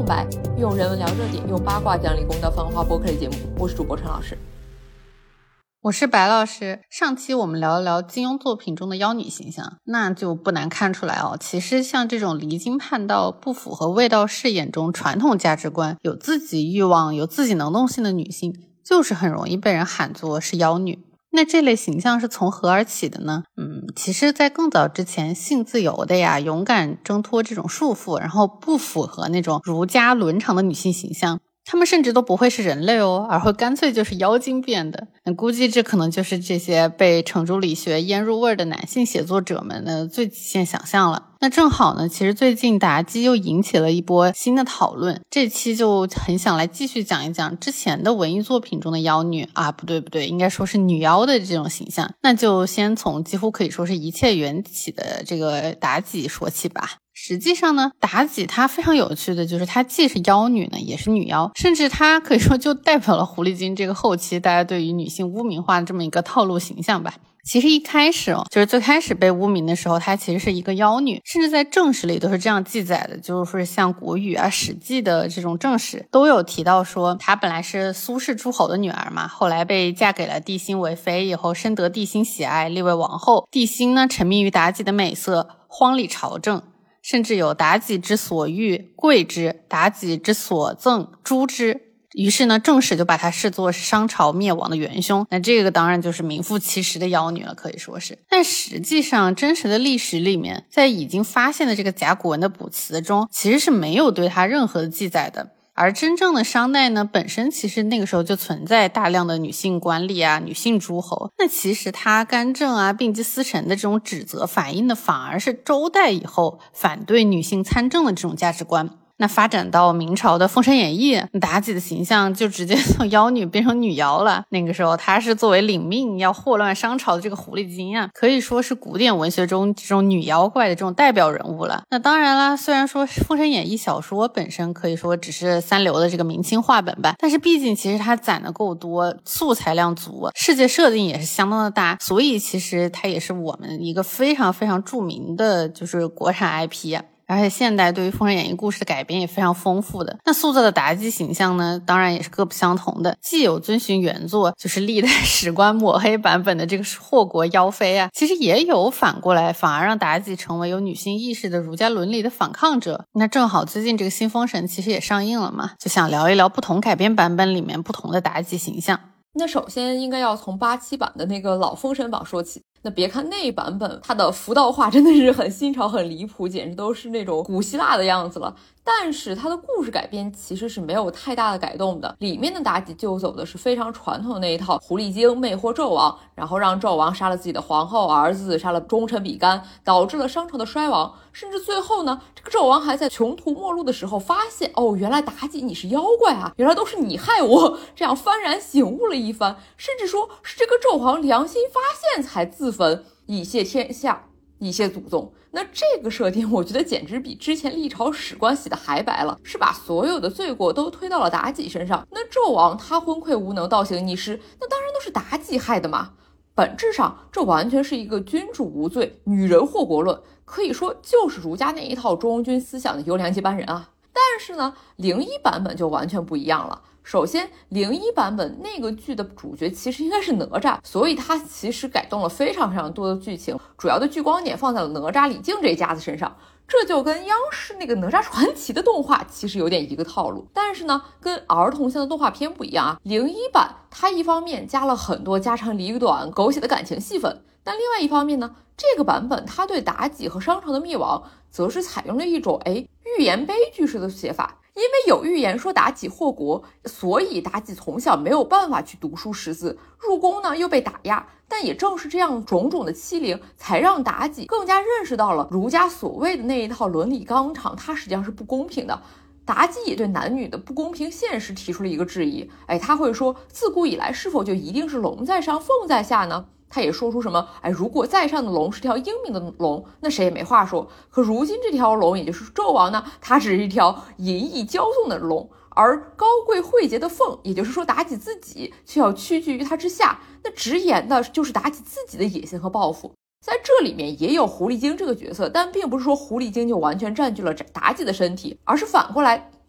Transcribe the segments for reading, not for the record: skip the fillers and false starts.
空白，用人文聊热点，用八卦讲理工的繁花播客类节目。我是主播陈老师， 我是白老师。上期我们聊一聊金庸作品中的妖女形象，那就不难看出来哦，其实像这种离经叛道、不符合卫道士眼中传统价值观、有自己欲望、有自己能动性的女性，就是很容易被人喊作是妖女。那这类形象是从何而起的呢？其实在更早之前，性自由的呀，勇敢挣脱这种束缚，然后不符合那种儒家伦常的女性形象，他们甚至都不会是人类哦，而会干脆就是妖精变的。估计这可能就是这些被程朱理学腌入味的男性写作者们的最极限想象了。那正好呢，其实最近妲己又引起了一波新的讨论，这期就很想来继续讲一讲之前的文艺作品中的妖女啊，不对，应该说是女妖的这种形象。那就先从几乎可以说是一切缘起的这个妲己说起吧。实际上呢，妲己她非常有趣的就是她既是妖女呢，也是女妖，甚至她可以说就代表了狐狸精这个后期大家对于女性污名化的这么一个套路形象吧。其实一开始就是最开始被污名的时候，她其实是一个妖女，甚至在正史里都是这样记载的，就是像古语啊、史记的这种正史都有提到说，她本来是苏氏诸侯的女儿嘛，后来被嫁给了帝辛为妃，以后深得帝辛喜爱，立为王后。帝辛呢沉迷于妲己的美色，荒礼朝政，甚至有妲己之所欲贵之，妲己之所憎诛之。于是呢，正史就把她视作是商朝灭亡的元凶。那这个当然就是名副其实的妖女了，可以说是。但实际上，真实的历史里面，在已经发现的这个甲骨文的卜辞中，其实是没有对她任何的记载的。而真正的商代呢，本身其实那个时候就存在大量的女性官吏啊、女性诸侯。那其实她干政啊、病机司晨的这种指责，反映的反而是周代以后反对女性参政的这种价值观。那发展到明朝的《封神演义》，妲己的形象就直接从妖女变成女妖了。那个时候她是作为领命要祸乱商朝的这个狐狸精啊，可以说是古典文学中这种女妖怪的这种代表人物了。那当然啦，虽然说《封神演义》小说本身可以说只是三流的这个明清话本吧，但是毕竟其实它攒的够多，素材量足，世界设定也是相当的大，所以其实它也是我们一个非常非常著名的就是国产 IP 啊。而且现代对于《封神演义》故事的改编也非常丰富的。那塑造的妲己形象呢，当然也是各不相同的，既有遵循原作，就是历代史官抹黑版本的这个祸国妖妃啊，其实也有反过来反而让妲己成为有女性意识的儒家伦理的反抗者。那正好最近这个新封神其实也上映了嘛，就想聊一聊不同改编版本里面不同的妲己形象。 那首先应该要从87版的那个老封神榜说起。那别看那一版本它的服道化真的是很新潮很离谱，简直都是那种古希腊的样子了，但是它的故事改编其实是没有太大的改动的。里面的妲己就走的是非常传统的那一套，狐狸精魅惑纣王，然后让纣王杀了自己的皇后儿子，杀了忠臣比干，导致了商朝的衰亡。甚至最后呢，这个纣王还在穷途末路的时候发现，原来妲己你是妖怪啊，原来都是你害我，这样幡然醒悟了一番，甚至说是这个纣王良心发现才自焚，以谢天下，以谢祖宗。那这个设定我觉得简直比之前历朝史官写的还白了，是把所有的罪过都推到了妲己身上。那纣王他昏聩无能，倒行逆施，那当然都是妲己害的嘛。本质上这完全是一个君主无罪，女人祸国论，可以说就是儒家那一套中庸君思想的优良接班人啊。但是呢，01版本就完全不一样了。首先01版本那个剧的主角其实应该是哪吒，所以它其实改动了非常非常多的剧情，主要的聚光点放在了哪吒李靖这一家子身上。这就跟央视那个哪吒传奇的动画其实有点一个套路，但是呢跟儿童向的动画片不一样啊。01版它一方面加了很多家长里短狗血的感情戏份，但另外一方面呢，这个版本它对妲己和商朝的灭亡则是采用了一种寓言悲剧式的写法。因为有预言说妲己祸国，所以妲己从小没有办法去读书识字，入宫呢又被打压，但也正是这样种种的欺凌，才让妲己更加认识到了儒家所谓的那一套伦理纲常，它实际上是不公平的。妲己也对男女的不公平现实提出了一个质疑，他会说自古以来是否就一定是龙在上凤在下呢？他也说出什么如果在上的龙是条英明的龙，那谁也没话说。可如今这条龙，也就是纣王呢，它只是一条淫逸骄纵的龙，而高贵慧洁的凤，也就是说妲己自己却要屈居于他之下，那直言的就是妲己自己的野心和抱负。在这里面也有狐狸精这个角色，但并不是说狐狸精就完全占据了妲己的身体，而是反过来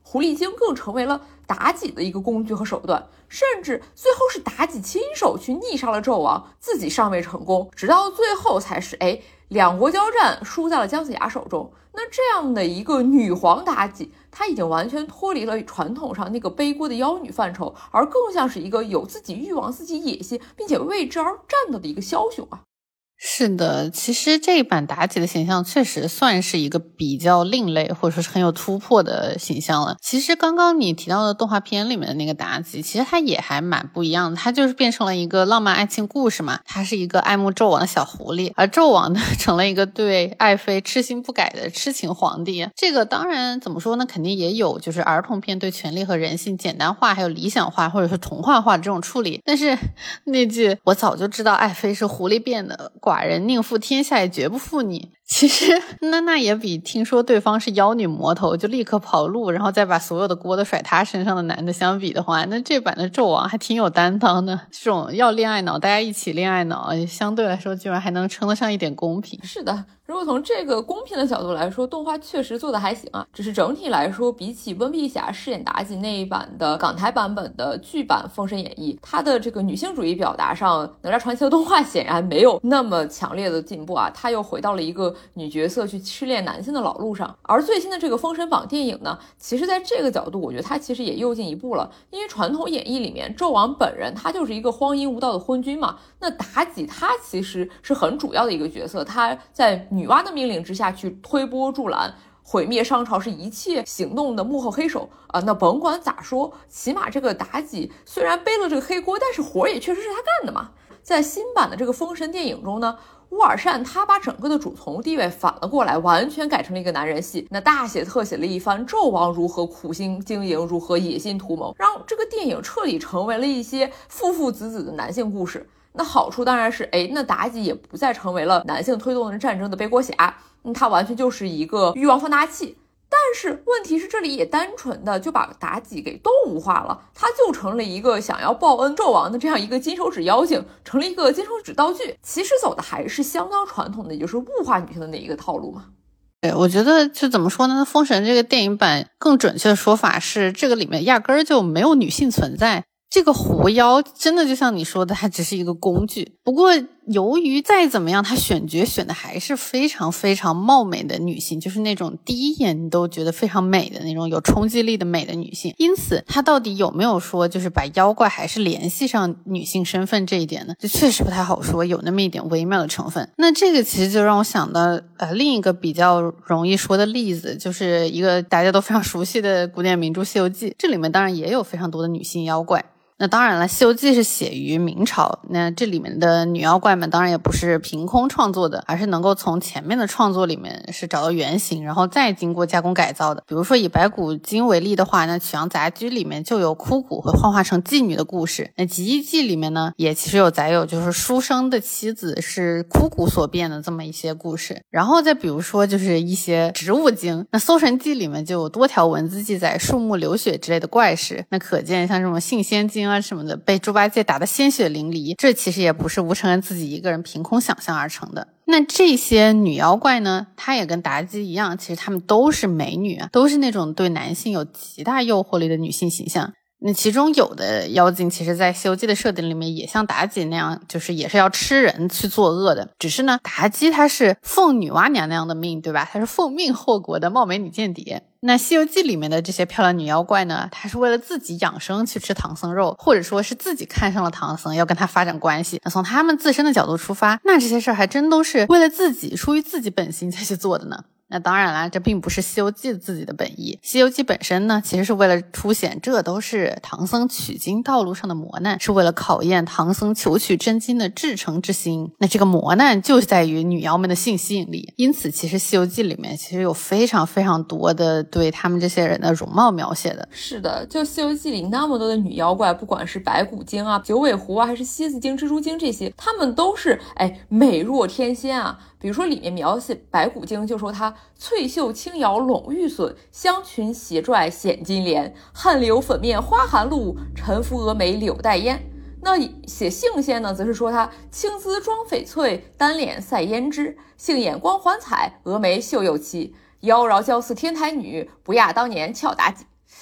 狐狸精更成为了妲己的一个工具和手段，甚至最后是妲己亲手去逆杀了纣王，自己尚未成功，直到最后才是两国交战输在了姜子牙手中。那这样的一个女皇妲己，她已经完全脱离了传统上那个背锅的妖女范畴，而更像是一个有自己欲望、自己野心，并且为之而战斗的一个枭雄啊。 是的，其实这一版妲己的形象确实算是一个比较另类或者说是很有突破的形象了。其实刚刚你提到的动画片里面的那个妲己，其实它也还蛮不一样的，它就是变成了一个浪漫爱情故事嘛，它是一个爱慕纣王的小狐狸，而纣王呢成了一个对爱妃痴心不改的痴情皇帝。这个当然怎么说呢，肯定也有就是儿童片对权力和人性简单化还有理想化或者是童话化这种处理，但是那句我早就知道爱妃是狐狸变的，寡人宁负天下也绝不负你，其实那也比听说对方是妖女魔头就立刻跑路然后再把所有的锅都甩他身上的男的相比的话，那这版的纣王还挺有担当的。这种要恋爱脑大家一起恋爱脑，相对来说居然还能称得上一点公平。 是的，如果从这个公平的角度来说，动画确实做得还行啊，只是整体来说比起温碧霞饰演妲己那一版的港台版本的剧版《封神演义》，它的这个女性主义表达上，哪吒传奇的动画显然没有那么强烈的进步啊，它又回到了一个女角色去痴恋男性的老路上。而最新的这个《封神榜》电影呢，其实在这个角度我觉得它其实也又进一步了，因为传统演义里面纣王本人他就是一个荒淫无道的昏君嘛，那妲己她其实是很主要的一个角色，她在女娲的命令之下去推波助澜，毁灭商朝，是一切行动的幕后黑手啊。那甭管咋说，起码这个妲己虽然背了这个黑锅，但是活也确实是她干的嘛。在新版的这个封神电影中呢，乌尔善他把整个的主从地位反了过来，完全改成了一个男人戏，那大写特写了一番纣王如何苦心经营，如何野心图谋，让这个电影彻底成为了一些父父子子的男性故事。那好处当然是那妲己也不再成为了男性推动的战争的背锅侠，她完全就是一个欲望放大器。但是问题是这里也单纯的就把妲己给动物化了，她就成了一个想要报恩纣王的这样一个金手指妖精，成了一个金手指道具，其实走的还是相当传统的，也就是物化女性的那一个套路嘛。 对，我觉得就怎么说呢，封神这个电影版更准确的说法是，这个里面压根儿就没有女性存在，这个狐妖真的就像你说的，它只是一个工具。不过由于再怎么样，他选角选的还是非常非常貌美的女性，就是那种第一眼你都觉得非常美的那种有冲击力的美的女性。因此他到底有没有说就是把妖怪还是联系上女性身份这一点呢，这确实不太好说，有那么一点微妙的成分。那这个其实就让我想到另一个比较容易说的例子，就是一个大家都非常熟悉的古典名著《西游记》，这里面当然也有非常多的女性妖怪。那当然了，《西游记》是写于明朝，那这里面的女妖怪们当然也不是凭空创作的，而是能够从前面的创作里面是找到原型，然后再经过加工改造的。比如说以白骨精为例的话，那《曲阳杂居》里面就有枯骨会幻化成妓女的故事，那《集异记》里面呢也其实有载有就是书生的妻子是枯骨所变的这么一些故事。然后再比如说就是一些植物精，那《搜神记》里面就有多条文字记载树木流血之类的怪事，那可见像这种性仙精啊什么的被猪八戒打得鲜血淋漓，这其实也不是吴承恩自己一个人凭空想象而成的。那这些女妖怪呢，她也跟妲己一样，其实她们都是美女啊，都是那种对男性有极大诱惑力的女性形象。那其中有的妖精其实在《西游记》的设定里面也像妲己那样，就是也是要吃人去作恶的，只是呢妲己她是奉女娲娘娘的命，对吧？她是奉命祸国的貌美女间谍。那《西游记》里面的这些漂亮女妖怪呢，她是为了自己养生去吃唐僧肉，或者说是自己看上了唐僧要跟他发展关系。那从他们自身的角度出发，那这些事儿还真都是为了自己出于自己本心才去做的呢。那当然啦，这并不是《西游记》自己的本意，《西游记》本身呢其实是为了凸显这都是唐僧取经道路上的磨难，是为了考验唐僧求取真经的至诚之心。那这个磨难就在于女妖们的性吸引力，因此其实《西游记》里面其实有非常非常多的对他们这些人的容貌描写的。 是的，就《西游记》里那么多的女妖怪，不管是白骨精啊、九尾狐啊，还是蝎子精、蜘蛛精，这些她们都是美若天仙啊。比如说里面描写白骨精就说她翠袖轻摇拢玉笋，香裙斜拽显金莲，汗流粉面花含露，沉浮蛾眉柳带烟。那写杏仙呢，则是说她青姿妆翡翠，单脸赛胭脂，杏眼光环彩，蛾眉秀又齐，妖娆娇似天台女，不亚当年俏妲己。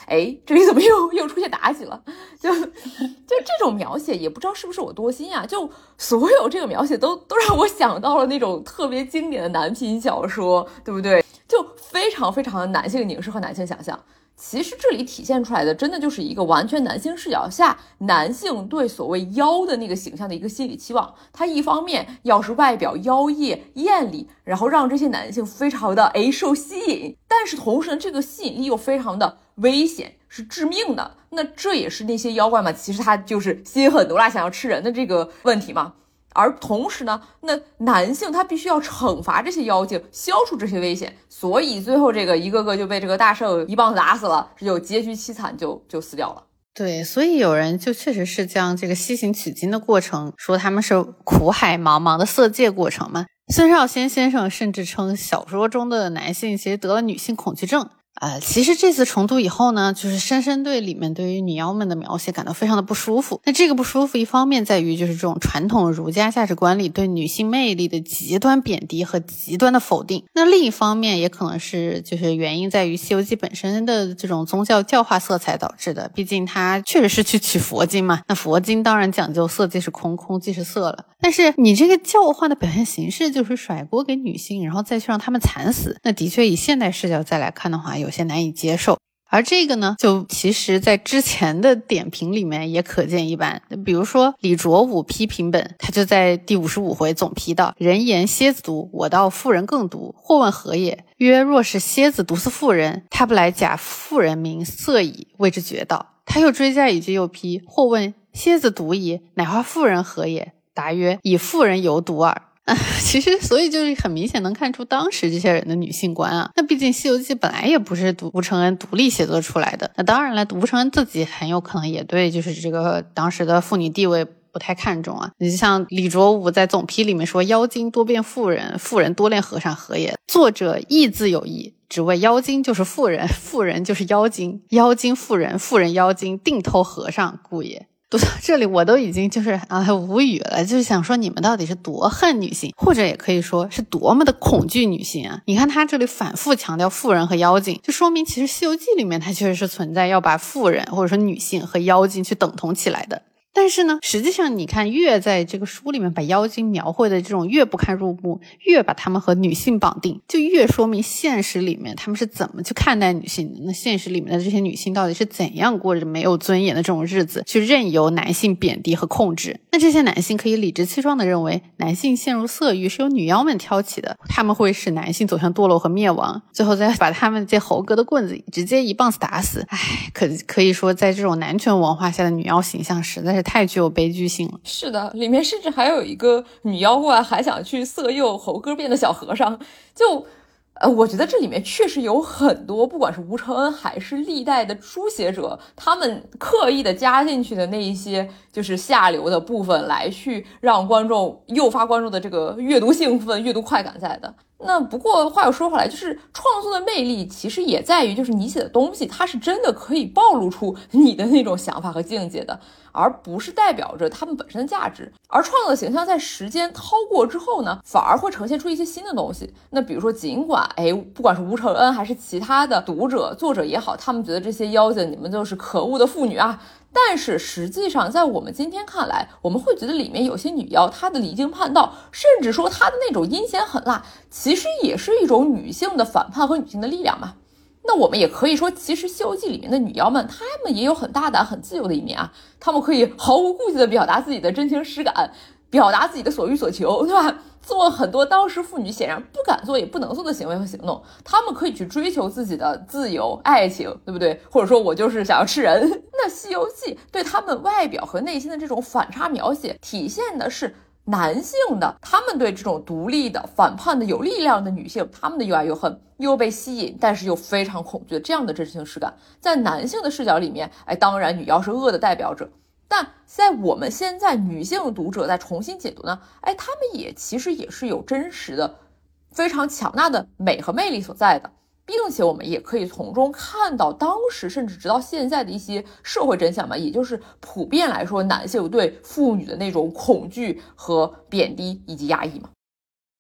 哎，这里怎么又出现妲己了？就这种描写，也不知道是不是我多心啊，就所有这个描写都让我想到了那种特别经典的男频小说，对不对？就非常非常的男性凝视和男性想象。其实这里体现出来的真的就是一个完全男性视角下男性对所谓妖的那个形象的一个心理期望。他一方面要是外表妖艳艳丽，然后让这些男性非常的受吸引，但是同时呢这个吸引力又非常的危险，是致命的。那这也是那些妖怪嘛，其实他就是心狠毒辣想要吃人的这个问题嘛。而同时呢，那男性他必须要惩罚这些妖精，消除这些危险，所以最后这个一个个就被这个大圣一棒子打死了，这就结局凄惨，就死掉了。 对，所以有人就确实是将这个西行取经的过程说他们是苦海茫茫的色戒过程嘛。孙少先先生甚至称小说中的男性其实得了女性恐惧症。其实这次重读以后呢，就是深深对里面对于女妖们的描写感到非常的不舒服。那这个不舒服一方面在于就是这种传统儒家价值观里对女性魅力的极端贬低和极端的否定，那另一方面也可能是就是原因在于西游记本身的这种宗教教化色彩导致的，毕竟它确实是去取佛经嘛，那佛经当然讲究色即是空，空即是色了，但是你这个教化的表现形式就是甩锅给女性，然后再去让她们惨死，那的确以现代视角再来看的话有些难以接受。而这个呢，就其实在之前的点评里面也可见一斑。比如说李卓武批评本，他就在第55回总批道：人言蝎子毒，我道妇人更毒。或问何也？曰若是蝎子毒死妇人，他不来假妇人名色矣，谓之绝道。他又追加一句又批：或问蝎子毒矣，乃化妇人何也？答曰：以妇人犹毒耳。其实所以就是很明显能看出当时这些人的女性观啊。那毕竟西游记本来也不是吴承恩独立写作出来的，那当然了吴承恩自己很有可能也对就是这个当时的妇女地位不太看重啊。你像李卓武在总批里面说妖精多变妇人，妇人多恋和尚何也，作者意自有意，只为妖精就是妇人，妇人就是妖精，妖精妇人，妇人妖精，定偷和尚故也。读到这里我都已经就是无语了，就是想说你们到底是多恨女性，或者也可以说是多么的恐惧女性啊。你看他这里反复强调妇人和妖精，就说明其实西游记里面它确实是存在要把妇人或者说女性和妖精去等同起来的。但是呢实际上你看越在这个书里面把妖精描绘的这种越不堪入目，越把他们和女性绑定，就越说明现实里面他们是怎么去看待女性的。那现实里面的这些女性到底是怎样过着没有尊严的这种日子，去任由男性贬低和控制。那这些男性可以理直气壮地认为男性陷入色欲是由女妖们挑起的，他们会使男性走向堕落和灭亡，最后再把他们这猴哥的棍子直接一棒子打死。可以说在这种男权文化下的女妖形象实在是太具有悲剧性了。 是的，里面甚至还有一个女妖怪还想去色诱猴哥变的小和尚。就我觉得这里面确实有很多不管是吴承恩还是历代的书写者，他们刻意的加进去的那一些就是下流的部分，来去让观众诱发观众的这个阅读兴奋阅读快感在的。那不过话又说回来，就是创作的魅力其实也在于就是你写的东西它是真的可以暴露出你的那种想法和境界的，而不是代表着他们本身的价值。而创作的形象在时间掏过之后呢，反而会呈现出一些新的东西。那比如说尽管不管是吴承恩还是其他的读者作者也好，他们觉得这些妖精你们就是可恶的妇女啊，但是实际上在我们今天看来，我们会觉得里面有些女妖她的离经叛道，甚至说她的那种阴险狠辣，其实也是一种女性的反叛和女性的力量嘛。那我们也可以说，其实《西游记》里面的女妖们，她们也有很大胆很自由的一面啊，她们可以毫无顾忌的表达自己的真情实感，表达自己的所欲所求，对吧？做很多当时妇女显然不敢做也不能做的行为和行动，她们可以去追求自己的自由爱情，对不对？或者说我就是想要吃人。那《西游记》对她们外表和内心的这种反差描写，体现的是男性的他们对这种独立的反叛的有力量的女性，他们的又爱又恨，又被吸引但是又非常恐惧的这样的真实性实感。在男性的视角里面，当然女妖是恶的代表者，但在我们现在女性读者在重新解读呢，他们也其实也是有真实的非常强大的美和魅力所在的，并且我们也可以从中看到当时甚至直到现在的一些社会真相嘛，也就是普遍来说男性对妇女的那种恐惧和贬低以及压抑嘛。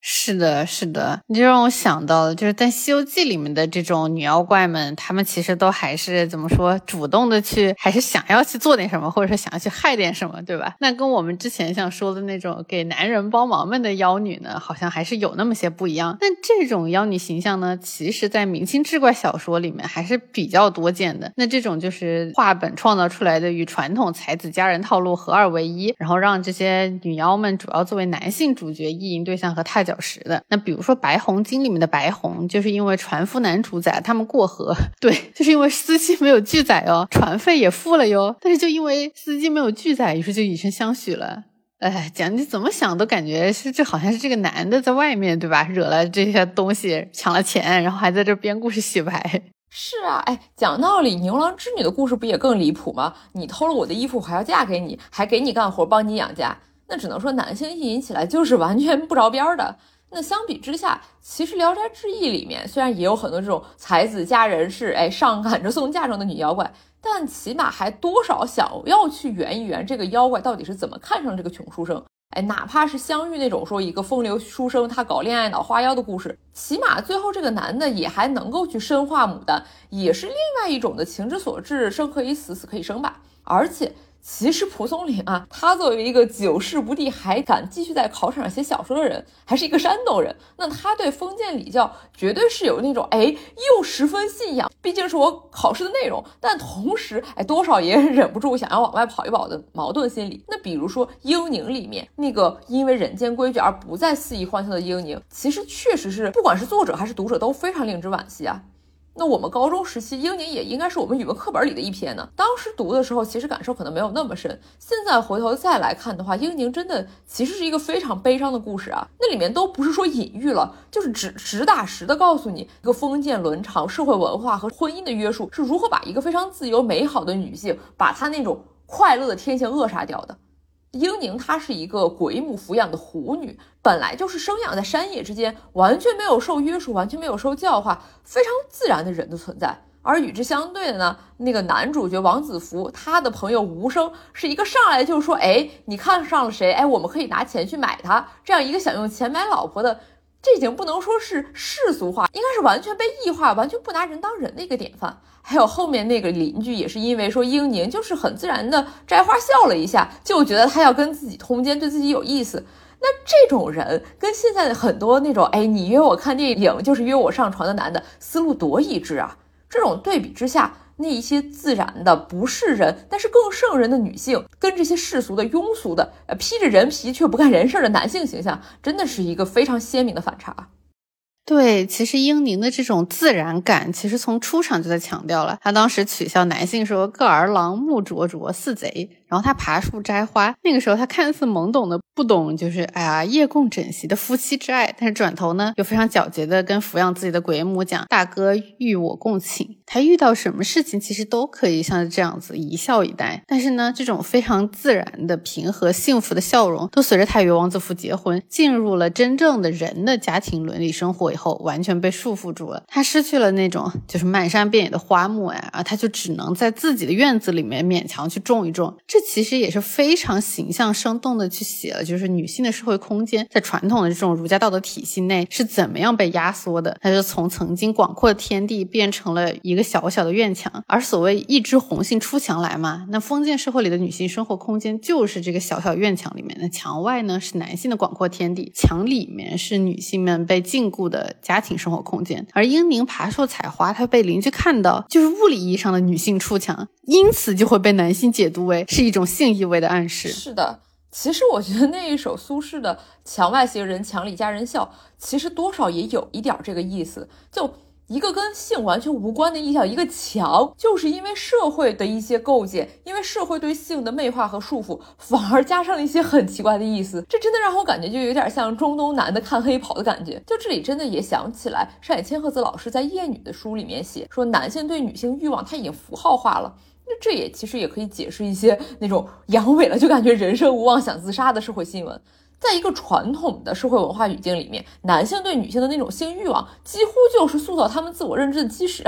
是的，是的，你就让我想到了，就是在《西游记》里面的这种女妖怪们，她们其实都还是怎么说，主动的去，还是想要去做点什么，或者说想要去害点什么，对吧？那跟我们之前想说的那种给男人帮忙们的妖女呢，好像还是有那么些不一样。但这种妖女形象呢，其实在明清志怪小说里面还是比较多见的。那这种就是画本创造出来的与传统才子佳人套路合二为一，然后让这些女妖们主要作为男性主角、意淫对象和踏脚石的。那比如说白虹经里面的白虹，就是因为船夫难主宰，他们过河，对，就是因为司机没有拒载哦，船费也付了哟，但是就因为司机没有拒载，于是就以身相许了。哎，讲你怎么想都感觉是这好像是这个男的在外面，对吧？惹了这些东西，抢了钱，然后还在这编故事洗白。 是啊，哎，讲道理，牛郎织女的故事不也更离谱吗？你偷了我的衣服，我还要嫁给你，还给你干活，帮你养家，那只能说男性意淫起来就是完全不着边的。那相比之下，其实《聊斋志异》里面虽然也有很多这种才子佳人是上赶着送嫁妆的女妖怪，但起码还多少想要去圆一圆这个妖怪到底是怎么看上这个穷书生。哪怕是相遇那种说一个风流书生他搞恋爱脑花妖的故事，起码最后这个男的也还能够去深化牡丹，也是另外一种的情之所至，生可以死，死可以生吧。而且其实蒲松龄啊，他作为一个久视不第还敢继续在考场上写小说的人，还是一个山东人，那他对封建礼教绝对是有那种又十分信仰，毕竟是我考试的内容，但同时多少也忍不住想要往外跑一跑的矛盾心理。那比如说英宁里面那个因为人间规矩而不再肆意欢笑的英宁，其实确实是不管是作者还是读者都非常令之惋惜啊。那我们高中时期英宁也应该是我们语文课本里的一篇呢，当时读的时候其实感受可能没有那么深，现在回头再来看的话，英宁真的其实是一个非常悲伤的故事啊。那里面都不是说隐喻了，就是实打实的告诉你一个封建伦常、社会文化和婚姻的约束是如何把一个非常自由美好的女性，把她那种快乐的天性扼杀掉的。英宁她是一个鬼母抚养的狐女，本来就是生养在山野之间，完全没有受约束，完全没有受教化，非常自然的人的存在。而与之相对的呢，那个男主角王子服，他的朋友吴生是一个上来就说你看上了谁，我们可以拿钱去买他，这样一个想用钱买老婆的，这已经不能说是世俗化，应该是完全被异化，完全不拿人当人的一个典范。还有后面那个邻居也是因为说英宁就是很自然的摘花笑了一下，就觉得他要跟自己通奸，对自己有意思。那这种人跟现在的很多那种你约我看电影就是约我上床的男的思路多一致啊。这种对比之下，那一些自然的不是人但是更胜人的女性，跟这些世俗的庸俗的披着人皮却不干人事的男性形象，真的是一个非常鲜明的反差。 对，其实英宁的这种自然感其实从出场就在强调了。他当时取笑男性说个儿郎目灼灼似贼，然后他爬树摘花，那个时候他看似懵懂的不懂就是夜共枕席的夫妻之爱，但是转头呢又非常皎洁的跟抚养自己的鬼母讲大哥欲我共寝。他遇到什么事情其实都可以像这样子一笑以待，但是呢这种非常自然的平和幸福的笑容都随着他与王子服结婚进入了真正的人的家庭伦理生活以后完全被束缚住了。他失去了那种就是漫山遍野的花木他就只能在自己的院子里面勉强去种一种。这其实也是非常形象生动的去写了就是女性的社会空间在传统的这种儒家道德体系内是怎么样被压缩的。它就从曾经广阔的天地变成了一个小小的院墙，而所谓一枝红杏出墙来嘛，那封建社会里的女性生活空间就是这个小小院墙里面，那墙外呢是男性的广阔天地，墙里面是女性们被禁锢的家庭生活空间。而英宁爬树采花，她被邻居看到就是物理意义上的女性出墙，因此就会被男性解读为是一种性意味的暗示。 是的，其实我觉得那一首苏轼的墙外行人墙里佳人笑，其实多少也有一点这个意思，就一个跟性完全无关的意象，一个墙就是因为社会的一些构建，因为社会对性的媚化和束缚，反而加上了一些很奇怪的意思。这真的让我感觉就有点像中东男的看黑袍的感觉。就这里真的也想起来上野千鹤子老师在《夜女》的书里面写说，男性对女性欲望他已经符号化了。那这也其实也可以解释一些那种阳痿了就感觉人生无望想自杀的社会新闻。在一个传统的社会文化语境里面，男性对女性的那种性欲望几乎就是塑造他们自我认知的基石啊。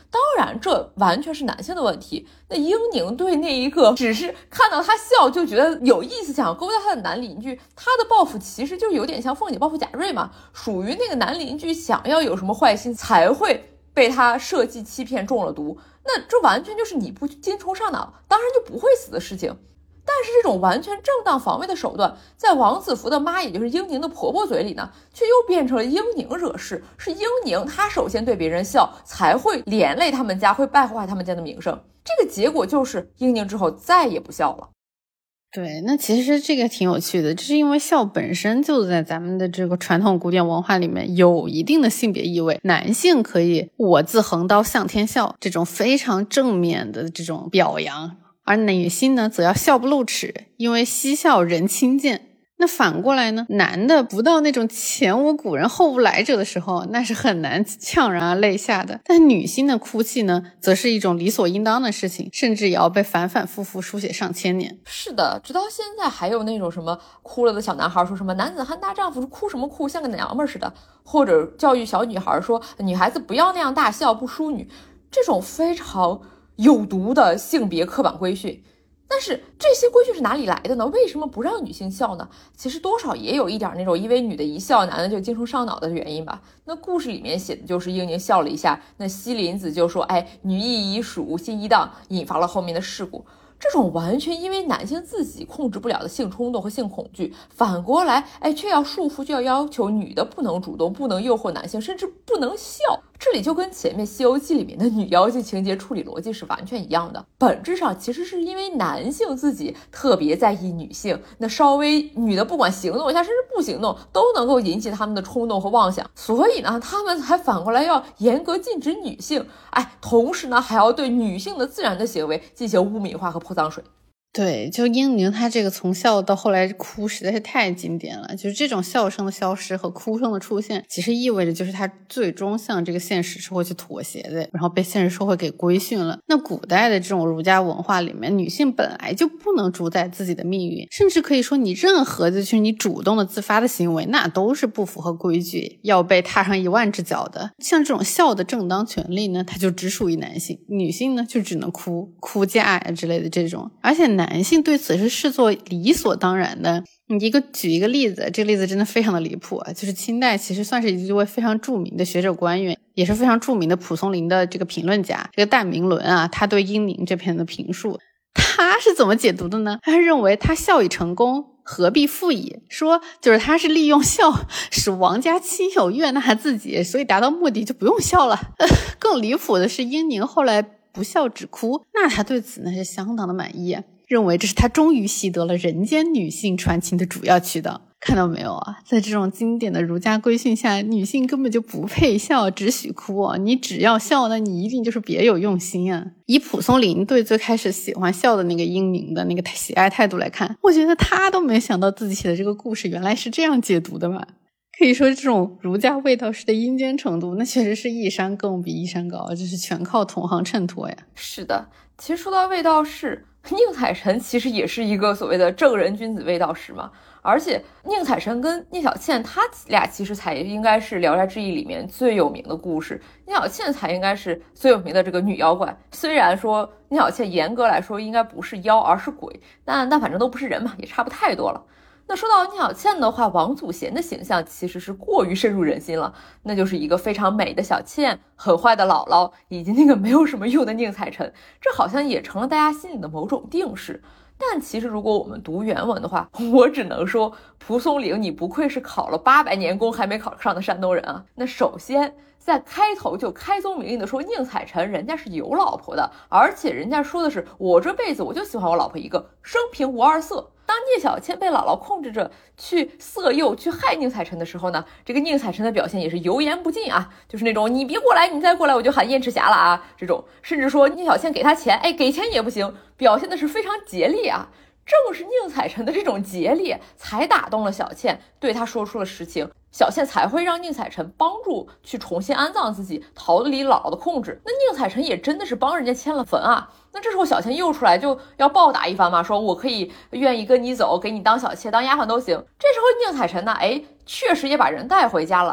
当然这完全是男性的问题。那英宁对那一个只是看到他笑就觉得有意思想勾搭他的男邻居，他的报复其实就有点像凤姐报复贾瑞嘛，属于那个男邻居想要有什么坏心才会被他设计欺骗中了毒，那这完全就是你不精虫上脑当然就不会死的事情。但是这种完全正当防卫的手段，在王子服的妈，也就是英宁的婆婆嘴里呢，却又变成了英宁惹事，是英宁她首先对别人笑，才会连累他们家，会败坏他们家的名声。这个结果就是英宁之后再也不笑了。 对，那其实这个挺有趣的，这是因为笑本身就在咱们的这个传统古典文化里面有一定的性别意味，男性可以我自横刀向天笑，这种非常正面的这种表扬，而女性呢则要笑不露齿，因为嬉笑人轻贱。那反过来呢，男的不到那种前无古人后无来者的时候，那是很难怅然而泪下的，但女性的哭泣呢则是一种理所应当的事情，甚至也要被反反复复书写上千年。 是的，直到现在还有那种什么哭了的小男孩说什么男子汉大丈夫，哭什么哭，像个娘们儿似的，或者教育小女孩说女孩子不要那样大笑，不淑女，这种非常有毒的性别刻板规训。但是这些规训是哪里来的呢？为什么不让女性笑呢？其实多少也有一点那种因为女的一笑男的就精虫上脑的原因吧。那故事里面写的就是英宁笑了一下，那西林子就说女艺已属心一荡，引发了后面的事故。这种完全因为男性自己控制不了的性冲动和性恐惧，反过来却要束缚，就要要求女的不能主动，不能诱惑男性，甚至不能笑。这里就跟前面《西游记》里面的女妖精情节处理逻辑是完全一样的，本质上其实是因为男性自己特别在意女性，那稍微女的不管行动一下甚至不行动都能够引起他们的冲动和妄想，所以呢他们还反过来要严格禁止女性，同时呢还要对女性的自然的行为进行污名化和泼脏水。 对，就英宁她这个从笑到后来哭实在是太经典了，就是这种笑声的消失和哭声的出现，其实意味着就是她最终向这个现实社会去妥协的，然后被现实社会给规训了。那古代的这种儒家文化里面，女性本来就不能主宰自己的命运，甚至可以说你任何的就是你主动的自发的行为，那都是不符合规矩，要被踏上10000只脚的。像这种笑的正当权利呢，它就只属于男性，女性呢就只能哭嫁呀之类的这种，而且男性对此是视作理所当然的。举一个例子，这个例子真的非常的离谱啊！就是清代其实算是一位非常著名的学者官员，也是非常著名的蒲松龄的这个评论家，这个戴明伦啊，他对英宁这篇的评述，他是怎么解读的呢？他认为他笑已成功，何必复矣，说就是他是利用笑使王家亲友悦纳自己，所以达到目的就不用笑了。更离谱的是英宁后来不笑只哭，那他对此呢是相当的满意啊，认为这是他终于习得了人间女性传情的主要渠道。看到没有啊，在这种经典的儒家规训下，女性根本就不配笑，只许哭啊！你只要笑，那你一定就是别有用心啊。以蒲松龄对最开始喜欢笑的那个英宁的那个喜爱态度来看，我觉得他都没想到自己写的这个故事原来是这样解读的嘛。可以说这种儒家卫道士的阴间程度，那确实是一山更比一山高，就是全靠同行衬托呀。 是的，其实说到卫道士，宁采臣其实也是一个所谓的正人君子卫道士嘛，而且宁采臣跟聂小倩他俩其实才应该是《聊斋志异》里面最有名的故事，聂小倩才应该是最有名的这个女妖怪。虽然说聂小倩严格来说应该不是妖而是鬼，但反正都不是人嘛，也差不太多了。那说到聂小倩的话，王祖贤的形象其实是过于深入人心了，那就是一个非常美的小倩，很坏的姥姥，以及那个没有什么用的宁采臣，这好像也成了大家心里的某种定式。但其实如果我们读原文的话，我只能说蒲松龄你不愧是考了800年功还没考上的山东人啊。那首先在开头就开宗明义的说宁采臣人家是有老婆的，而且人家说的是我这辈子我就喜欢我老婆一个，生平无二色。当聂小倩被姥姥控制着去色诱去害宁采臣的时候呢，这个宁采臣的表现也是油盐不进啊，就是那种你别过来，你再过来我就喊燕赤霞了啊，这种甚至说聂小倩给他钱，给钱也不行，表现的是非常竭力啊。正是宁采臣的这种竭力才打动了小倩，对他说出了实情，小倩才会让宁采臣帮助去重新安葬自己，逃离姥姥的控制。那宁采臣也真的是帮人家迁了坟啊。那这时候小倩又出来就要暴打一番嘛，说我可以愿意跟你走，给你当小妾当丫鬟都行。这时候宁采臣呢确实也把人带回家了，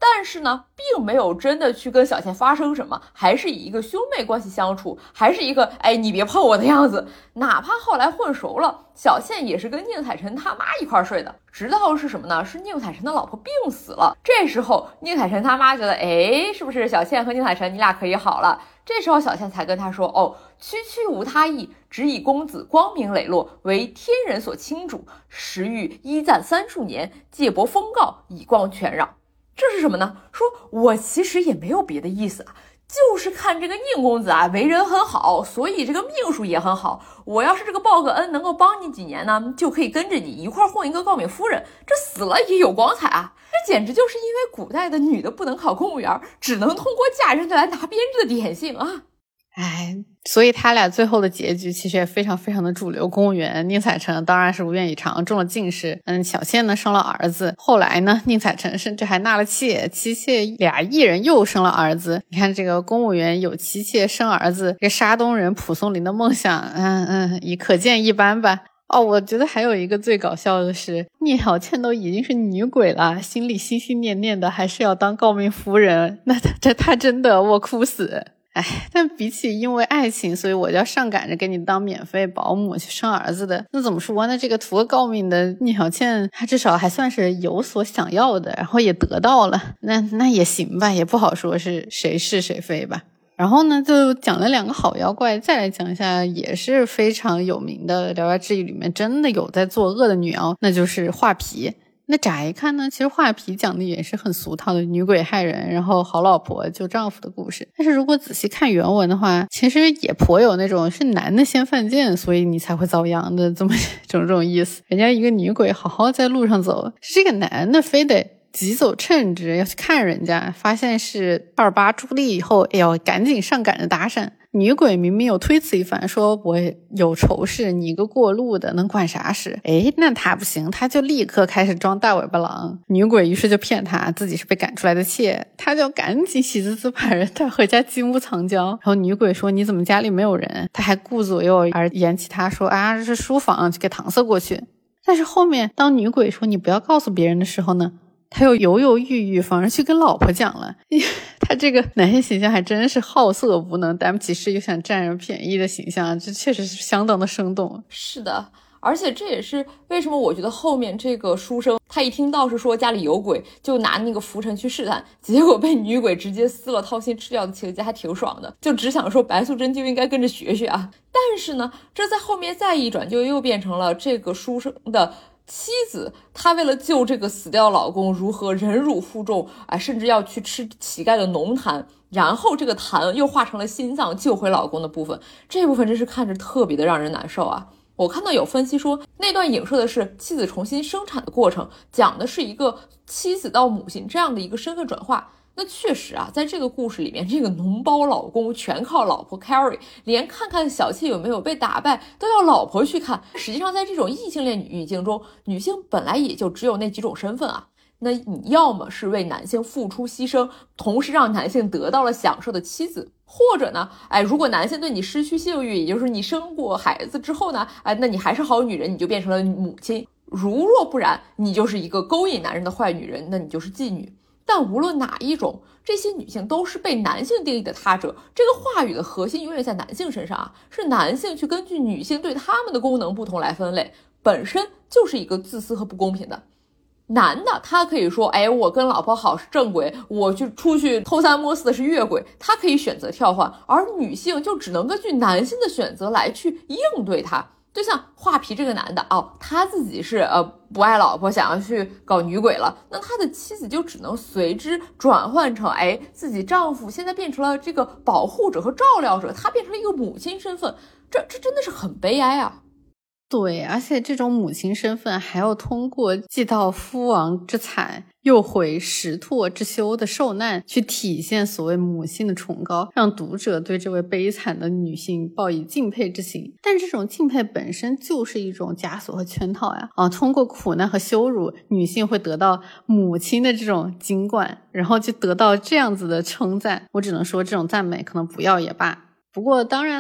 但是呢，并没有真的去跟小倩发生什么，还是以一个兄妹关系相处，还是一个你别碰我的样子。哪怕后来混熟了，小倩也是跟宁采臣他妈一块睡的。直到是什么呢？是宁采臣的老婆病死了，这时候宁采臣他妈觉得是不是小倩和宁采臣你俩可以好了。这时候小倩才跟他说区区无他意，只以公子光明磊落，为天人所倾主，时欲依赞30年，借博封告，以光权让。这是什么呢？说我其实也没有别的意思啊，就是看这个宁公子啊为人很好，所以这个命数也很好。我要是这个报个恩，能够帮你几年呢，就可以跟着你一块混一个诰命夫人，这死了也有光彩啊。这简直就是因为古代的女的不能考公务员，只能通过嫁人来拿编制的典型啊。 所以他俩最后的结局其实也非常非常的主流。公务员宁采臣当然是如愿以偿，中了进士。小倩呢生了儿子，后来呢宁采臣甚至还纳了妾，妻妾俩一人又生了儿子。你看这个公务员有妻妾生儿子，这个沙东人蒲松龄的梦想也可见一斑吧。我觉得还有一个最搞笑的是，聂小倩都已经是女鬼了，心里心心念念的还是要当诰命夫人，那她真的我哭死。但比起因为爱情所以我就要上赶着给你当免费保姆去生儿子的，那怎么说呢？这个图个诰命的聂小倩，她至少还算是有所想要的，然后也得到了，那也行吧，也不好说是谁是谁非吧。然后呢就讲了2个好妖怪，再来讲一下也是非常有名的《聊斋志异》里面真的有在作恶的女妖，那就是画皮。那乍一看呢，其实画皮讲的也是很俗套的女鬼害人，然后好老婆救丈夫的故事。但是如果仔细看原文的话，其实也颇有那种是男的先犯贱，所以你才会遭殃的这么种意思。人家一个女鬼好好在路上走，是这个男的非得急走称之要去看人家，发现是28朱莉以后，赶紧上赶着搭讪。女鬼明明有推辞一番，说我有仇视，你一个过路的能管啥事？那他不行，他就立刻开始装大尾巴狼。女鬼于是就骗他自己是被赶出来的妾，他就赶紧喜滋滋把人带回家金屋藏娇。然后女鬼说你怎么家里没有人？他还顾左右而言起他说这是书房，就给搪塞过去。但是后面当女鬼说你不要告诉别人的时候呢，他又犹犹豫豫，反而去跟老婆讲了。他这个男性形象还真是好色无能，但其实又想占人便宜的形象，这确实是相当的生动。 是的，而且这也是为什么我觉得后面这个书生他一听道士说家里有鬼，就拿那个拂尘去试探，结果被女鬼直接撕了掏心吃掉的情节还挺爽的，就只想说白素贞就应该跟着学学啊。但是呢，这在后面再一转就又变成了这个书生的妻子，她为了救这个死掉老公如何忍辱负重甚至要去吃乞丐的浓痰，然后这个痰又化成了心脏救回老公的部分，这部分真是看着特别的让人难受啊。我看到有分析说那段影射的是妻子重新生产的过程，讲的是一个妻子到母亲这样的一个身份转化。那确实在这个故事里面，这个脓包老公全靠老婆 carry， 连看看小妾有没有被打败都要老婆去看。实际上在这种异性恋语境中，女性本来也就只有那几种身份啊。那你要么是为男性付出牺牲，同时让男性得到了享受的妻子，或者呢如果男性对你失去性欲，也就是你生过孩子之后呢那你还是好女人，你就变成了母亲。如若不然，你就是一个勾引男人的坏女人，那你就是妓女。但无论哪一种，这些女性都是被男性定义的他者，这个话语的核心永远在男性身上是男性去根据女性对他们的功能不同来分类，本身就是一个自私和不公平的。男的他可以说我跟老婆好是正轨，我出去偷三摸四的是越轨，他可以选择跳换，而女性就只能根据男性的选择来去应对他。就像画皮这个男的他自己是不爱老婆，想要去搞女鬼了，那他的妻子就只能随之转换成自己丈夫现在变成了这个保护者和照料者，他变成了一个母亲身份，这真的是很悲哀啊。 对，而且这种母亲身份还要通过既到夫亡之惨又毁石拓之羞的受难去体现所谓母性的崇高，让读者对这位悲惨的女性抱以敬佩之情。但这种敬佩本身就是一种枷锁和圈套呀！通过苦难和羞辱，女性会得到母亲的这种金冠，然后就得到这样子的称赞。我只能说这种赞美可能不要也罢。不过当然啦，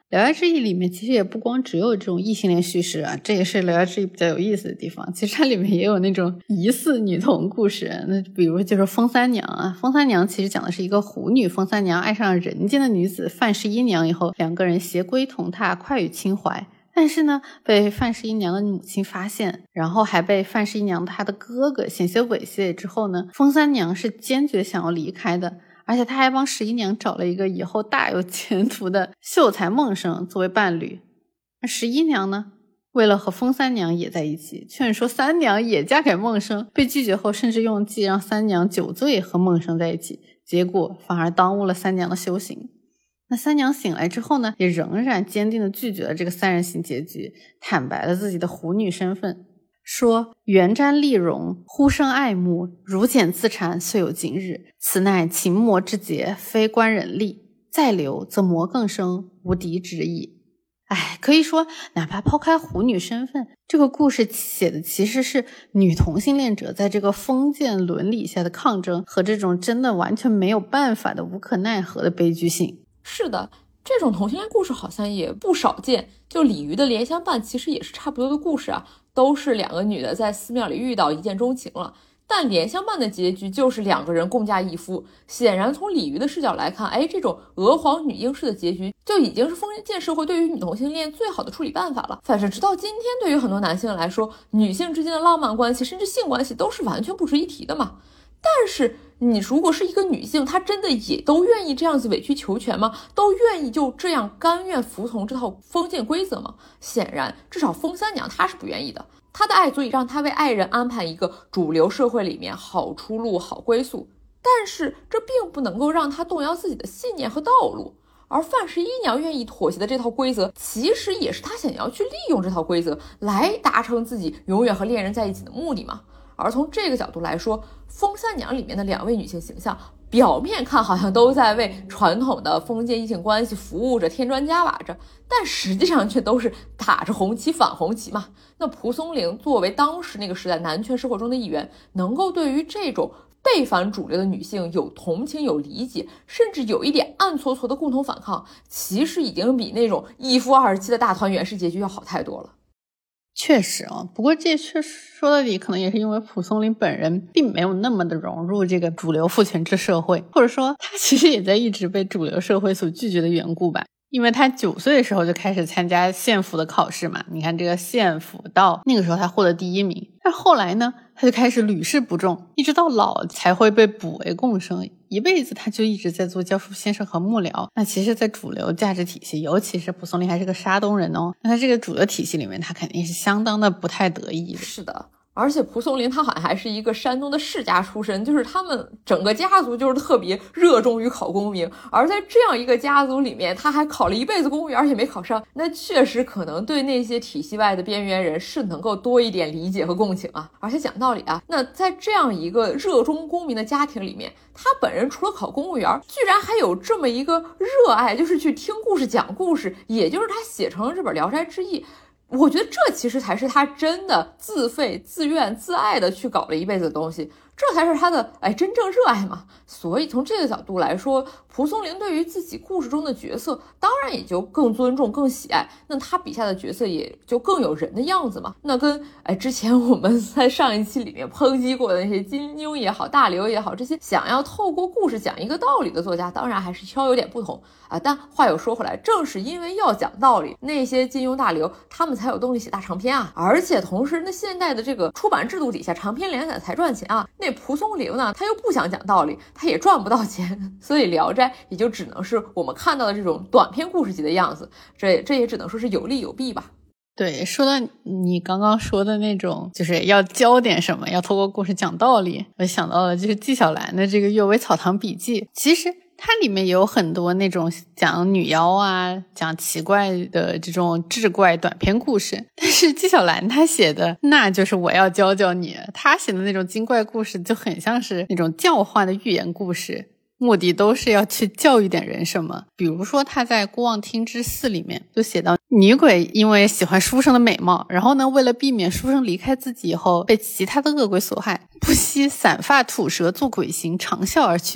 聊斋志异里面其实也不光只有这种异性恋叙事啊，这也是聊斋志异比较有意思的地方。其实它里面也有那种疑似女童故事，那比如就是风三娘啊，风三娘其实讲的是一个狐女风三娘爱上人间的女子范氏姨娘以后，两个人携归同榻，快与亲怀。但是呢，被范氏姨娘的母亲发现，然后还被范氏姨娘她的哥哥险些猥亵之后呢，风三娘是坚决想要离开的。而且他还帮十一娘找了一个以后大有前途的秀才孟生作为伴侣。而十一娘呢，为了和风三娘也在一起，劝说三娘也嫁给孟生，被拒绝后甚至用计让三娘酒醉和孟生在一起，结果反而耽误了三娘的修行。那三娘醒来之后呢，也仍然坚定地拒绝了这个三人行结局，坦白了自己的狐女身份，说缘瞻丽容，忽生爱慕，如剪自缠，遂有今日。此乃情魔之劫，非官人力。再留则魔更生，无敌之意。可以说哪怕抛开狐女身份，这个故事写的其实是女同性恋者在这个封建伦理下的抗争，和这种真的完全没有办法的无可奈何的悲剧性。 是的，这种同性恋故事好像也不少见，就鲤鱼的莲香伴其实也是差不多的故事啊，都是两个女的在寺庙里遇到一见钟情了，但莲香伴的结局就是两个人共嫁一夫。显然从鲤鱼的视角来看，这种娥皇女英式的结局就已经是封建社会对于女同性恋最好的处理办法了。反正直到今天，对于很多男性来说，女性之间的浪漫关系甚至性关系都是完全不值一提的嘛。但是你如果是一个女性，她真的也都愿意这样子委曲求全吗？都愿意就这样甘愿服从这套封建规则吗？显然至少风三娘她是不愿意的，她的爱足以让她为爱人安排一个主流社会里面好出路好归宿，但是这并不能够让她动摇自己的信念和道路。而范氏姨娘愿意妥协的这套规则，其实也是她想要去利用这套规则来达成自己永远和恋人在一起的目的嘛。而从这个角度来说，风三娘里面的两位女性形象表面看好像都在为传统的封建异性关系服务着添砖加瓦着，但实际上却都是打着红旗反红旗嘛。那蒲松龄作为当时那个时代男权社会中的一员，能够对于这种背反主流的女性有同情有理解，甚至有一点暗搓搓的共同反抗，其实已经比那种一夫27的大团圆式结局要好太多了。 确实不过这确实说到底可能也是因为蒲松龄本人并没有那么的融入这个主流父权制社会，或者说他其实也在一直被主流社会所拒绝的缘故吧。因为他9岁的时候就开始参加县府的考试嘛，你看这个县府到那个时候他获得第1名，但后来呢他就开始屡试不中，一直到老才会被补为贡生，一辈子他就一直在做教书先生和幕僚。那其实在主流价值体系，尤其是蒲松龄还是个沙东人那他这个主流体系里面他肯定是相当的不太得意的。 是的，而且蒲松龄他好像还是一个山东的世家出身，就是他们整个家族就是特别热衷于考功名，而在这样一个家族里面他还考了一辈子公务员而且没考上，那确实可能对那些体系外的边缘人是能够多一点理解和共情啊。而且讲道理啊，那在这样一个热衷功名的家庭里面，他本人除了考公务员，居然还有这么一个热爱，就是去听故事讲故事，也就是他写成了这本《聊斋志异》。我觉得这其实才是他真的自费自愿自爱的去搞了一辈子的东西，这才是他的真正热爱嘛。所以从这个角度来说，蒲松龄对于自己故事中的角色当然也就更尊重更喜爱，那他笔下的角色也就更有人的样子嘛。那跟之前我们在上一期里面抨击过的那些金庸也好大刘也好，这些想要透过故事讲一个道理的作家当然还是稍有点不同但话又说回来，正是因为要讲道理，那些金庸大刘他们才有动力写大长篇啊。而且同时那现代的这个出版制度底下，长篇连载才赚钱啊。那蒲松龄呢，他又不想讲道理，他也赚不到钱，所以聊斋也就只能是我们看到的这种短篇故事集的样子，这也只能说是有利有弊吧。 对，说到你刚刚说的那种就是要教点什么，要透过故事讲道理，我想到了就是纪晓岚的这个《阅微草堂笔记》，其实它里面也有很多那种讲女妖啊，讲奇怪的这种志怪短篇故事，但是纪晓岚他写的那就是我要教教你，他写的那种精怪故事就很像是那种教化的寓言故事，目的都是要去教育点人什么。比如说他在《孤望听之4》里面就写到，女鬼因为喜欢书生的美貌，然后呢为了避免书生离开自己以后被其他的恶鬼所害，不惜散发吐舌做鬼形，长啸而去。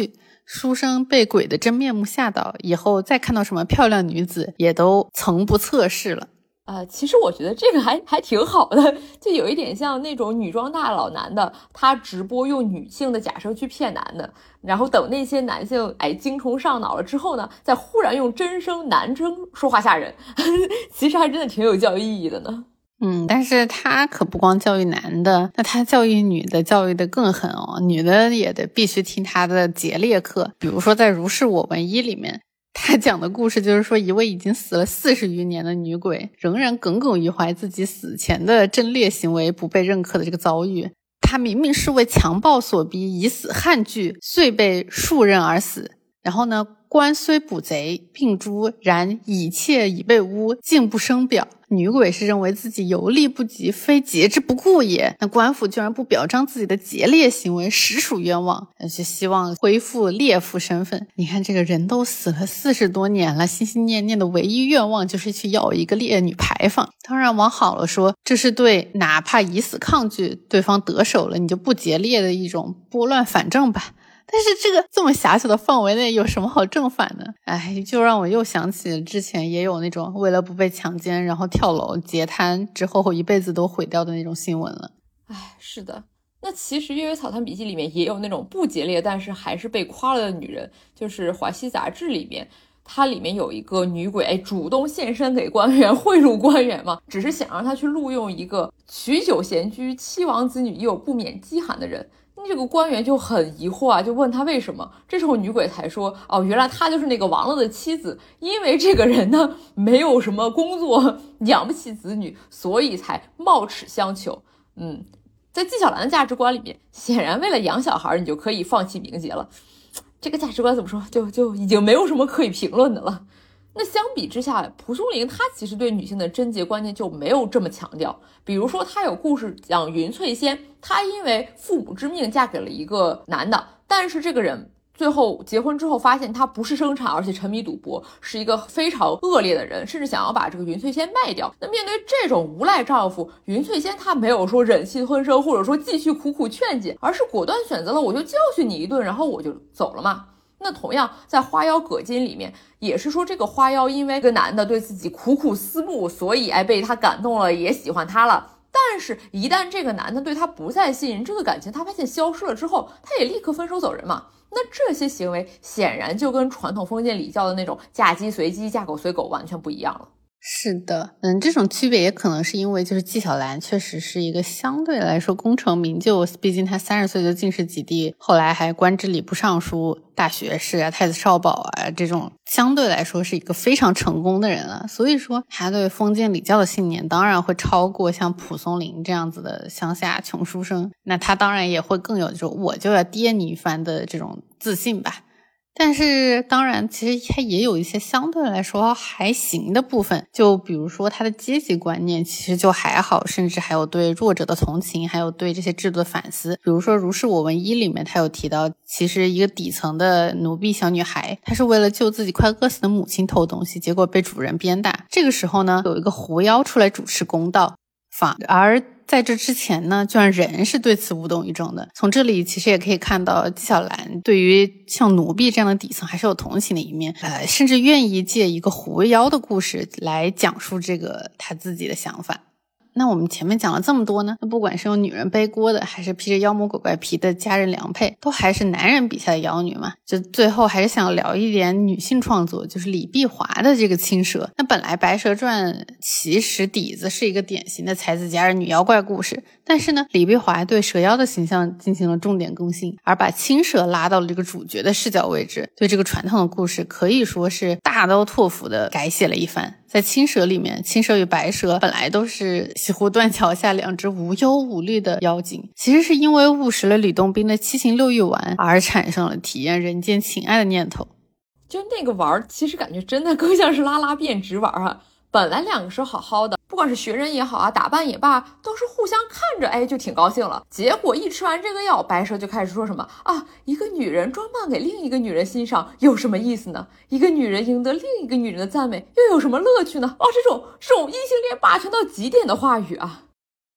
书生被鬼的真面目吓到，以后再看到什么漂亮女子也都曾不测试了。 其实我觉得这个还挺好的，就有一点像那种女装大佬男的，他直播用女性的假设去骗男的，然后等那些男性精虫上脑了之后呢，再忽然用真声男生说话吓人，其实还真的挺有教育意义的呢。 但是他可不光教育男的，那他教育女的教育的更狠哦，女的也得必须听他的节烈课。比如说在《如是我闻一》里面，他讲的故事就是说，一位已经死了40余年的女鬼，仍然耿耿于怀自己死前的贞烈行为不被认可的这个遭遇。他明明是为强暴所逼，以死汉惧，遂被数刃而死。然后呢，官虽捕贼并诛，然以妾已被诬，竟不生表。女鬼是认为自己游历不及，非节之不顾也。那官府居然不表彰自己的节烈行为，实属冤枉，而且希望恢复烈妇身份。你看这个人都死了40多年了，心心念念的唯一愿望就是去要一个烈女牌坊。当然往好了说，这是对哪怕以死抗拒对方得手了你就不节烈的一种拨乱反正吧。但是这个这么狭小的范围内有什么好正反呢？就让我又想起之前也有那种为了不被强奸然后跳楼截瘫之后一辈子都毁掉的那种新闻了。 是的。那其实《阅微草堂笔记》里面也有那种不节烈但是还是被夸了的女人，就是《淮西杂志》里面，它里面有一个女鬼主动献身给官员，贿赂官员嘛，只是想让他去录用一个许久闲居妻王子女也有不免饥寒的人。这个官员就很疑惑就问他为什么。这时候女鬼才说，原来他就是那个亡了的妻子，因为这个人呢没有什么工作，养不起子女，所以才冒齿相求。在纪晓岚的价值观里面，显然为了养小孩你就可以放弃名节了。这个价值观怎么说，就已经没有什么可以评论的了。那相比之下，蒲松龄他其实对女性的贞洁观念就没有这么强调。比如说他有故事讲云翠仙，她因为父母之命嫁给了一个男的，但是这个人最后结婚之后发现他不是生产，而且沉迷赌博，是一个非常恶劣的人，甚至想要把这个云翠仙卖掉。那面对这种无赖丈夫，云翠仙她没有说忍气吞声，或者说继续苦苦劝解，而是果断选择了我就教训你一顿，然后我就走了嘛。那同样在花妖葛金里面也是说，这个花妖因为这个男的对自己苦苦思慕，所以被他感动了，也喜欢他了。但是一旦这个男的对他不再信任，这个感情他发现消失了之后，他也立刻分手走人嘛。那这些行为显然就跟传统封建礼教的那种嫁鸡随鸡嫁狗随狗完全不一样了。 是的，这种区别也可能是因为就是纪晓岚确实是一个相对来说功成名就，毕竟他30岁就进士及第，后来还官至礼部尚书、大学士太子少保这种相对来说是一个非常成功的人了。所以说他对封建礼教的信念当然会超过像蒲松龄这样子的乡下穷书生，那他当然也会更有这种我就要跌你一番的这种自信吧。但是当然其实它也有一些相对来说还行的部分，就比如说它的阶级观念其实就还好，甚至还有对弱者的同情，还有对这些制度的反思。比如说《如是我闻一》里面它有提到，其实一个底层的奴婢小女孩，她是为了救自己快饿死的母亲偷东西，结果被主人鞭打。这个时候呢，有一个狐妖出来主持公道，而在这之前呢，居然人是对此无动于衷的。从这里其实也可以看到纪晓岚对于像奴婢这样的底层还是有同情的一面，甚至愿意借一个狐妖的故事来讲述这个他自己的想法。那我们前面讲了这么多呢，不管是用女人背锅的，还是披着妖魔鬼怪皮的佳人良配，都还是男人笔下的妖女嘛。就最后还是想聊一点女性创作，就是李碧华的这个青蛇。那本来白蛇传其实底子是一个典型的才子佳人女妖怪故事，但是呢，李碧华对蛇妖的形象进行了重点更新，而把青蛇拉到了这个主角的视角位置，对这个传统的故事可以说是大刀拓斧的改写了一番。在青蛇里面，青蛇与白蛇本来都是西湖断桥下两只无忧无虑的妖精，其实是因为误食了吕洞宾的七情六欲丸而产生了体验人间情爱的念头。 就那个丸其实感觉真的更像是拉拉变直丸本来两个是好好的，不管是学人也好打扮也罢，都是互相看着就挺高兴了。结果一吃完这个药，白蛇就开始说什么一个女人装扮给另一个女人欣赏有什么意思呢？一个女人赢得另一个女人的赞美又有什么乐趣呢？这种异性恋霸权到极点的话语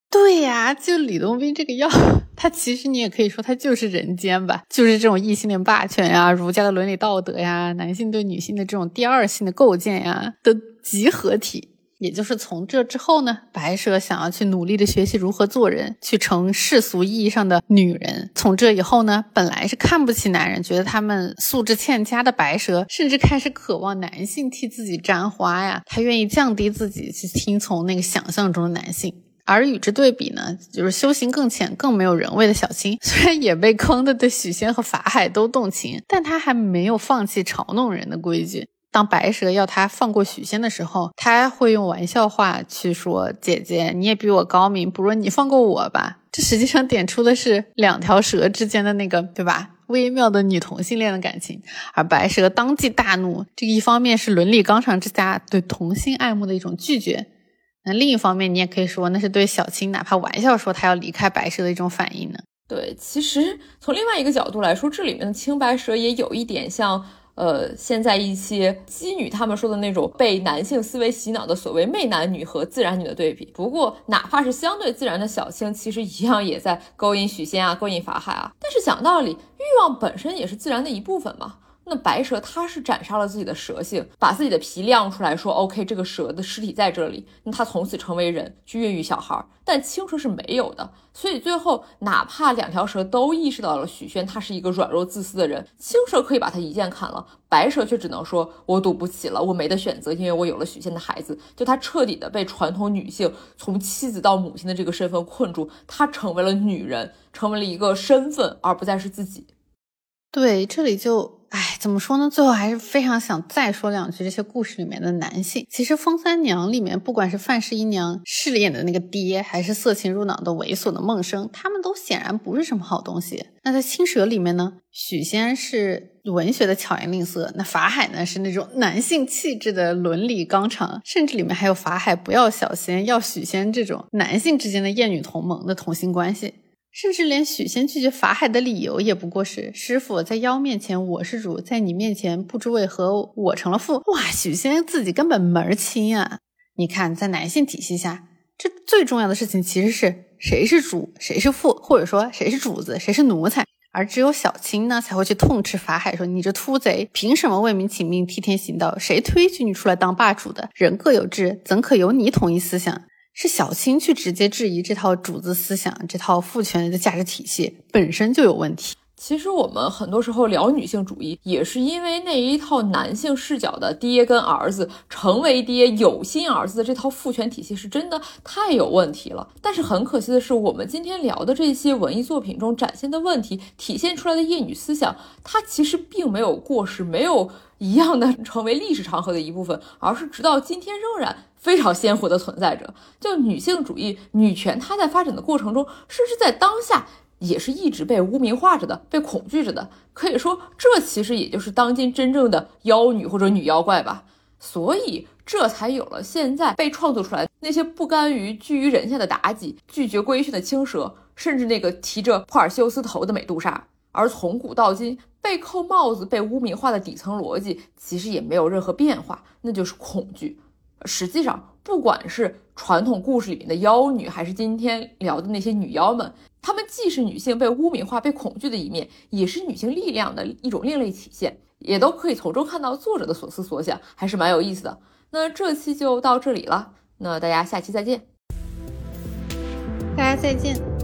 对呀，就李洞宾这个药，它其实你也可以说它就是人间吧，就是这种异性恋霸权呀、儒家的伦理道德呀、男性对女性的这种第二性的构建呀的集合体。也就是从这之后呢，白蛇想要去努力的学习如何做人，去成世俗意义上的女人。从这以后呢，本来是看不起男人，觉得他们素质欠佳的白蛇，甚至开始渴望男性替自己沾花呀，他愿意降低自己去听从那个想象中的男性。而与之对比呢，就是修行更浅更没有人味的小青，虽然也被坑的对许仙和法海都动情，但他还没有放弃嘲弄人的规矩。当白蛇要他放过许仙的时候，他会用玩笑话去说，姐姐你也比我高明，不如你放过我吧。这实际上点出的是两条蛇之间的那个，对吧，微妙的女同性恋的感情。而白蛇当即大怒，这个一方面是伦理纲常之家对同性爱慕的一种拒绝，那另一方面你也可以说那是对小青哪怕玩笑说他要离开白蛇的一种反应呢。 对，其实从另外一个角度来说，这里面的青白蛇也有一点像现在一些妓女他们说的那种被男性思维洗脑的所谓媚男女和自然女的对比。不过哪怕是相对自然的小青，其实一样也在勾引许仙啊，勾引法海啊。但是讲道理，欲望本身也是自然的一部分嘛。那白蛇它是斩杀了自己的蛇性，把自己的皮亮出来说 OK 这个蛇的尸体在这里，那它从此成为人去越狱小孩。但青蛇是没有的，所以最后哪怕两条蛇都意识到了许仙他是一个软弱自私的人，青蛇可以把他一剑砍了，白蛇却只能说我赌不起了，我没得选择，因为我有了许仙的孩子。就他彻底的被传统女性从妻子到母亲的这个身份困住，他成为了女人，成为了一个身份而不再是自己。 对，这里就怎么说呢，最后还是非常想再说两句这些故事里面的男性。其实风三娘里面不管是范氏姨娘饰演的那个爹，还是色情入脑的猥琐的梦生，他们都显然不是什么好东西。那在青蛇里面呢，许仙是文学的巧言令色，那法海呢是那种男性气质的伦理纲常，甚至里面还有法海不要小仙要许仙这种男性之间的艳女同盟的同性关系。甚至连许仙拒绝法海的理由也不过是，师父在妖面前我是主，在你面前不知为何我成了父。哇，许仙自己根本门儿清啊。你看在男性体系下，这最重要的事情其实是谁是主谁是父，或者说谁是主子谁是奴才。而只有小青呢才会去痛斥法海说，你这秃贼凭什么为民请命替天行道，谁推举你出来当霸主的，人各有志，怎可由你统一思想。是小青去直接质疑这套主子思想，这套父权的价值体系本身就有问题。 其实我们很多时候聊女性主义，也是因为那一套男性视角的爹跟儿子成为爹有心儿子的这套父权体系是真的太有问题了。但是很可惜的是，我们今天聊的这些文艺作品中展现的问题，体现出来的厌女思想，它其实并没有过时，没有一样的成为历史长河的一部分，而是直到今天仍然非常鲜活的存在着。就女性主义女权它在发展的过程中，甚至在当下也是一直被污名化着的，被恐惧着的。可以说这其实也就是当今真正的妖女或者女妖怪吧。所以这才有了现在被创作出来那些不甘于居于人下的妲己，拒绝规训的青蛇，甚至那个提着珀尔修斯头的美杜莎。而从古到今被扣帽子被污名化的底层逻辑其实也没有任何变化，那就是恐惧。实际上不管是传统故事里面的妖女，还是今天聊的那些女妖们，她们既是女性被污名化被恐惧的一面，也是女性力量的一种另类体现，也都可以从中看到作者的所思所想，还是蛮有意思的。那这期就到这里了，那大家下期再见。 大家再见。